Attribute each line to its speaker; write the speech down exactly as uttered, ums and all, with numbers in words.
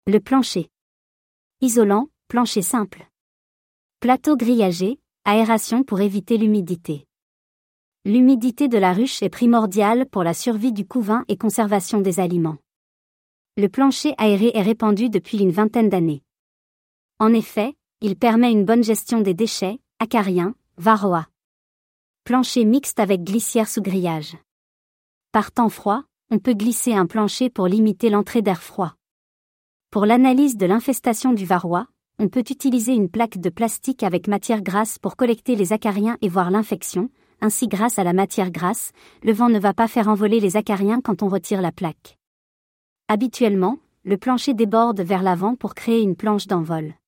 Speaker 1: Le plancher. Isolant, plancher simple. Plateau grillagé, aération pour éviter l'humidité. L'humidité de la ruche est primordiale pour la survie du couvain et conservation des aliments. Le plancher aéré est répandu depuis une vingtaine d'années. En effet, il permet une bonne gestion des déchets, acariens, varroa. Plancher mixte avec glissière sous grillage. Par temps froid, on peut glisser un plancher pour limiter l'entrée d'air froid. Pour l'analyse de l'infestation du varroa, on peut utiliser une plaque de plastique avec matière grasse pour collecter les acariens et voir l'infection. Ainsi, grâce à la matière grasse, le vent ne va pas faire envoler les acariens quand on retire la plaque. Habituellement, le plancher déborde vers l'avant pour créer une planche d'envol.